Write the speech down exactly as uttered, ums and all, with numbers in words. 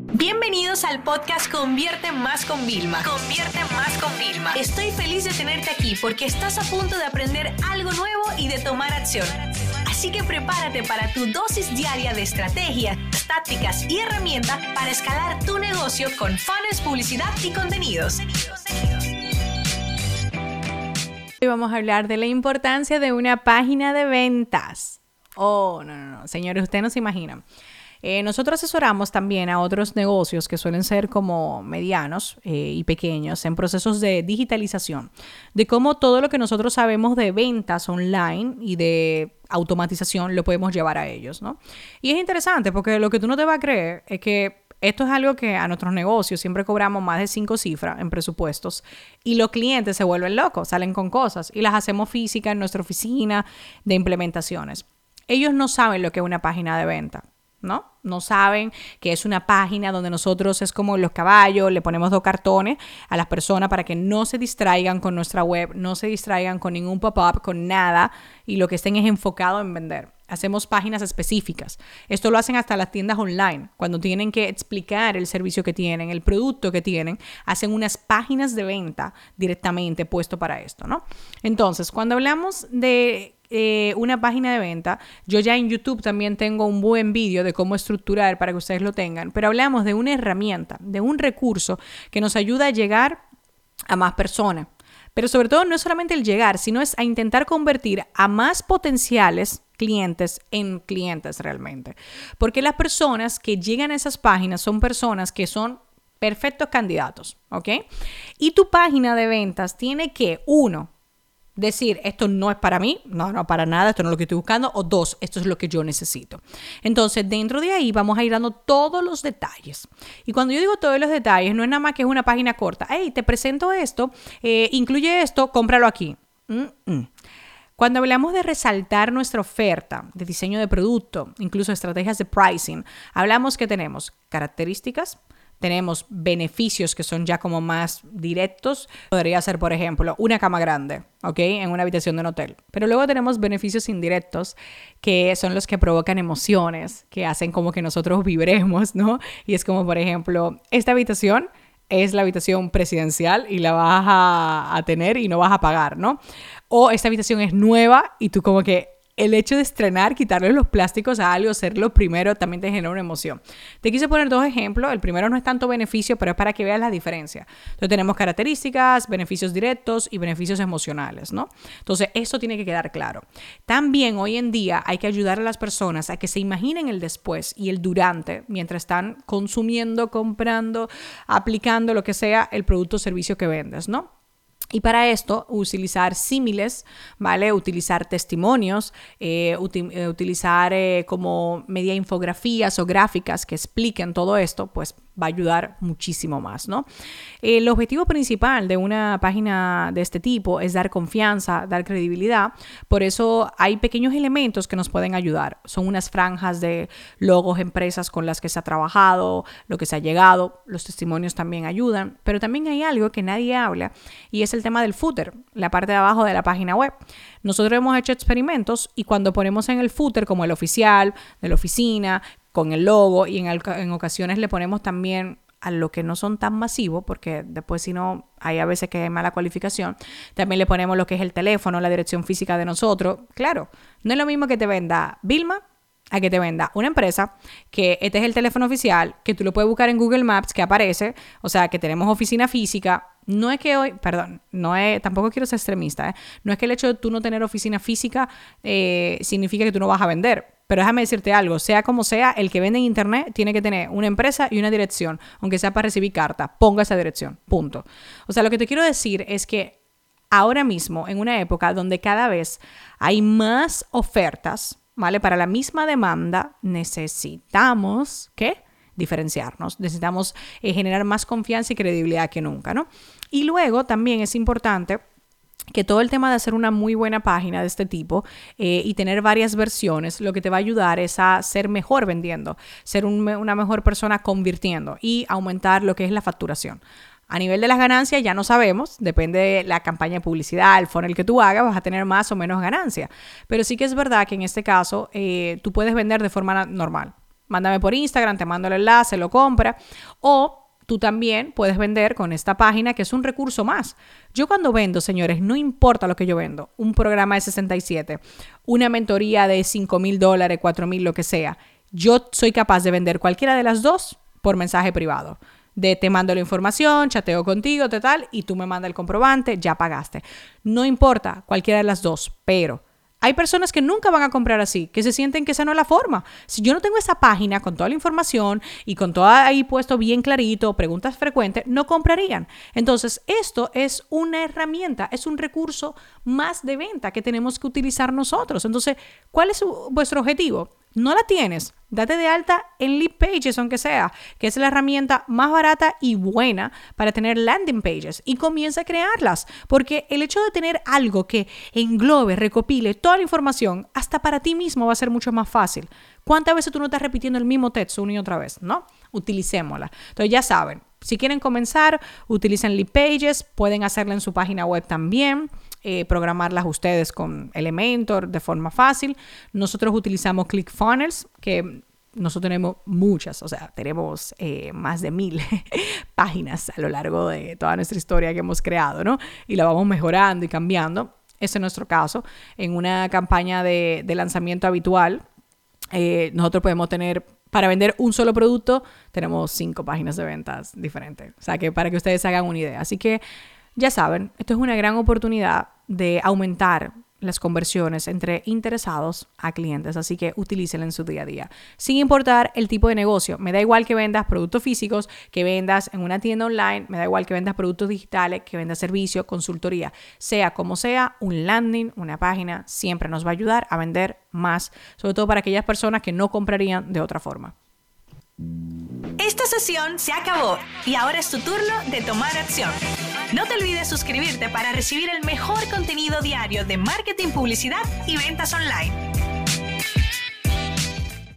Bienvenidos al podcast Convierte Más con Vilma. Convierte Más con Vilma. Estoy feliz de tenerte aquí porque estás a punto de aprender algo nuevo y de tomar acción. Así que prepárate para tu dosis diaria de estrategias, tácticas y herramientas para escalar tu negocio con funnels, publicidad y contenidos. Hoy vamos a hablar de la importancia de una página de ventas. Oh, no, no, no. Señores, ustedes no se imaginan. Eh, nosotros asesoramos también a otros negocios que suelen ser como medianos eh, y pequeños en procesos de digitalización, de cómo todo lo que nosotros sabemos de ventas online y de automatización lo podemos llevar a ellos, ¿no? Y es interesante porque lo que tú no te vas a creer es que esto es algo que a nuestros negocios siempre cobramos más de cinco cifras en presupuestos y los clientes se vuelven locos, salen con cosas y las hacemos físicas en nuestra oficina de implementaciones. Ellos no saben lo que es una página de venta. ¿No? No saben que es una página donde nosotros es como los caballos, le ponemos dos cartones a las personas para que no se distraigan con nuestra web, no se distraigan con ningún pop-up, con nada, y lo que estén es enfocado en vender. Hacemos páginas específicas. Esto lo hacen hasta las tiendas online. Cuando tienen que explicar el servicio que tienen, el producto que tienen, hacen unas páginas de venta directamente puesto para esto, ¿no? Entonces, cuando hablamos de Eh, una página de venta, yo ya en YouTube también tengo un buen vídeo de cómo estructurar para que ustedes lo tengan, pero hablamos de una herramienta, de un recurso que nos ayuda a llegar a más personas. Pero sobre todo no es solamente el llegar, sino es a intentar convertir a más potenciales clientes en clientes realmente. Porque las personas que llegan a esas páginas son personas que son perfectos candidatos, ¿ok? Y tu página de ventas tiene que, uno, decir, esto no es para mí, no, no, para nada, esto no es lo que estoy buscando, o dos, esto es lo que yo necesito. Entonces, dentro de ahí vamos a ir dando todos los detalles. Y cuando yo digo todos los detalles, no es nada más que es una página corta. Hey, te presento esto, eh, incluye esto, cómpralo aquí. Mm-mm. Cuando hablamos de resaltar nuestra oferta, de diseño de producto, incluso estrategias de pricing, hablamos que tenemos características, tenemos beneficios que son ya como más directos. Podría ser, por ejemplo, una cama grande, ¿ok? En una habitación de un hotel. Pero luego tenemos beneficios indirectos que son los que provocan emociones, que hacen como que nosotros vibremos, ¿no? Y es como, por ejemplo, esta habitación es la habitación presidencial y la vas a, a tener y no vas a pagar, ¿no? O esta habitación es nueva y tú como que el hecho de estrenar, quitarle los plásticos a algo, ser lo primero, también te genera una emoción. Te quise poner dos ejemplos. El primero no es tanto beneficio, pero es para que veas la diferencia. Entonces tenemos características, beneficios directos y beneficios emocionales, ¿no? Entonces eso tiene que quedar claro. También hoy en día hay que ayudar a las personas a que se imaginen el después y el durante, mientras están consumiendo, comprando, aplicando lo que sea el producto o servicio que vendes, ¿no? Y para esto, utilizar símiles, ¿vale? Utilizar testimonios, eh, uti- eh, utilizar eh, como media infografías o gráficas que expliquen todo esto, pues va a ayudar muchísimo más, ¿no? El objetivo principal de una página de este tipo es dar confianza, dar credibilidad. Por eso hay pequeños elementos que nos pueden ayudar. Son unas franjas de logos, empresas con las que se ha trabajado, lo que se ha llegado. Los testimonios también ayudan. Pero también hay algo que nadie habla y es el tema del footer, la parte de abajo de la página web. Nosotros hemos hecho experimentos y cuando ponemos en el footer como el oficial, de la oficina, con el logo y en, en ocasiones le ponemos también a lo que no son tan masivos, porque después si no hay a veces que hay mala cualificación, también le ponemos lo que es el teléfono, la dirección física de nosotros. Claro, no es lo mismo que te venda Vilma a que te venda una empresa, que este es el teléfono oficial, que tú lo puedes buscar en Google Maps, que aparece, o sea, que tenemos oficina física. No es que hoy, perdón, no es, tampoco quiero ser extremista, ¿eh? No es que el hecho de tú no tener oficina física eh, significa que tú no vas a vender. Pero déjame decirte algo, sea como sea, el que vende en internet tiene que tener una empresa y una dirección, aunque sea para recibir carta, ponga esa dirección, punto. O sea, lo que te quiero decir es que ahora mismo, en una época donde cada vez hay más ofertas, ¿vale? Para la misma demanda, necesitamos, ¿qué? Diferenciarnos, necesitamos eh, generar más confianza y credibilidad que nunca, ¿no? Y luego también es importante que todo el tema de hacer una muy buena página de este tipo eh, y tener varias versiones, lo que te va a ayudar es a ser mejor vendiendo, ser un, una mejor persona convirtiendo y aumentar lo que es la facturación. A nivel de las ganancias ya no sabemos, depende de la campaña de publicidad, el funnel que tú hagas, vas a tener más o menos ganancia. Pero sí que es verdad que en este caso eh, tú puedes vender de forma normal. Mándame por Instagram, te mando el enlace, lo compra. O tú también puedes vender con esta página, que es un recurso más. Yo cuando vendo, señores, no importa lo que yo vendo, un programa de sesenta y siete, una mentoría de cinco mil dólares, cuatro mil, lo que sea, yo soy capaz de vender cualquiera de las dos por mensaje privado. De te mando la información, chateo contigo, te tal, y tú me mandas el comprobante, ya pagaste. No importa cualquiera de las dos, pero hay personas que nunca van a comprar así, que se sienten que esa no es la forma. Si yo no tengo esa página con toda la información y con todo ahí puesto bien clarito, preguntas frecuentes, no comprarían. Entonces, esto es una herramienta, es un recurso más de venta que tenemos que utilizar nosotros. Entonces, ¿cuál es vuestro objetivo? ¿No la tienes? Date de alta en Leadpages, aunque sea, que es la herramienta más barata y buena para tener landing pages, y comienza a crearlas, porque el hecho de tener algo que englobe, recopile toda la información, hasta para ti mismo va a ser mucho más fácil. ¿Cuántas veces tú no estás repitiendo el mismo texto una y otra vez? ¿No? Utilicémosla. Entonces ya saben, si quieren comenzar, utilicen Leadpages, pueden hacerla en su página web también. Eh, programarlas ustedes con Elementor de forma fácil. Nosotros utilizamos ClickFunnels, que nosotros tenemos muchas, o sea, tenemos eh, más de mil páginas a lo largo de toda nuestra historia que hemos creado, ¿no? Y la vamos mejorando y cambiando. Ese es nuestro caso. En una campaña de, de lanzamiento habitual, eh, nosotros podemos tener, para vender un solo producto, tenemos cinco páginas de ventas diferentes. O sea, que para que ustedes hagan una idea. Así que ya saben, esto es una gran oportunidad de aumentar las conversiones entre interesados a clientes, así que utilícenla en su día a día. Sin importar el tipo de negocio, me da igual que vendas productos físicos, que vendas en una tienda online, me da igual que vendas productos digitales, que vendas servicio, consultoría, sea como sea, un landing, una página, siempre nos va a ayudar a vender más, sobre todo para aquellas personas que no comprarían de otra forma. Esta sesión se acabó y ahora es tu turno de tomar acción. No te olvides suscribirte para recibir el mejor contenido diario de marketing, publicidad y ventas online.